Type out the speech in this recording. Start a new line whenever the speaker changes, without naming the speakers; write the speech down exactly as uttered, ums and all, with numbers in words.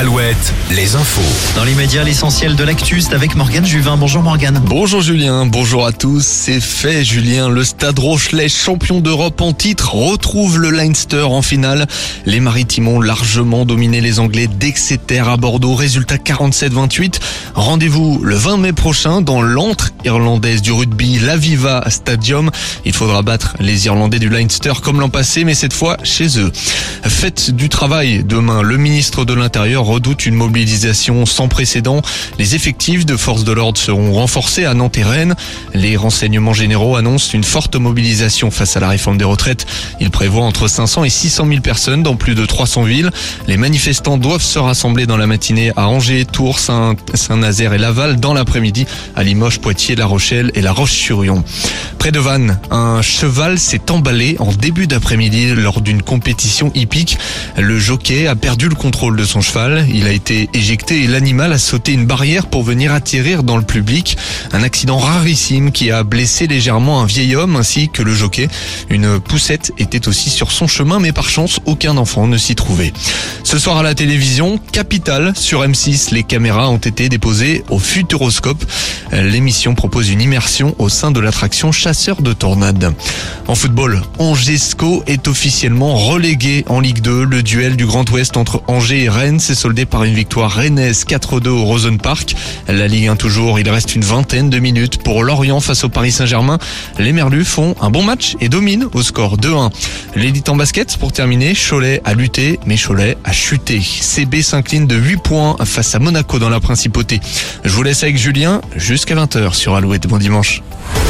Alouette, les infos.
Dans les médias, l'essentiel de l'actu, c'est avec Morgane Juvin. Bonjour Morgane.
Bonjour Julien, bonjour à tous. C'est fait Julien, le Stade Rochelais, champion d'Europe en titre, retrouve le Leinster en finale. Les Maritimes ont largement dominé les Anglais d'Exeter à Bordeaux, résultat quarante-sept vingt-huit. Rendez-vous le vingt mai prochain dans l'antre irlandaise du rugby, l'Aviva Stadium. Il faudra battre les Irlandais du Leinster comme l'an passé, mais cette fois chez eux. Fête du travail demain, le ministre de l'Intérieur redoute une mobilisation sans précédent. Les effectifs de forces de l'ordre seront renforcés à Nantes et Rennes. Les renseignements généraux annoncent une forte mobilisation face à la réforme des retraites. Ils prévoient entre cinq cents et six cent mille personnes dans plus de trois cents villes. Les manifestants doivent se rassembler dans la matinée à Angers, Tours, Saint- Saint-Nazaire et Laval, dans l'après-midi à Limoges, Poitiers, La Rochelle et La Roche-sur-Yon. Près de Vannes, un cheval s'est emballé en début d'après-midi lors d'une compétition hippique. Le jockey a perdu le contrôle de son cheval. Il a été éjecté et l'animal a sauté une barrière pour venir atterrir dans le public. Un accident rarissime qui a blessé légèrement un vieil homme ainsi que le jockey. Une poussette était aussi sur son chemin, mais par chance, aucun enfant ne s'y trouvait. Ce soir à la télévision, Capital sur M six, les caméras ont été déposées au Futuroscope. L'émission propose une immersion au sein de l'attraction Chasseur de tornades. En football, Angesco est officiellement relégué en Ligue deux. Le duel du Grand Ouest entre Angers et Rennes s'est soldé par une victoire rennaise quatre deux au Rosen Park. La Ligue un toujours, il reste une vingtaine de minutes pour Lorient face au Paris Saint-Germain. Les Merlus font un bon match et dominent au score deux un. L'élite en basket, pour terminer, Cholet a lutté, mais Cholet a chuté. C B s'incline de huit points face à Monaco dans la Principauté. Je vous laisse avec Julien jusqu'à vingt heures sur Alouette. Bon dimanche.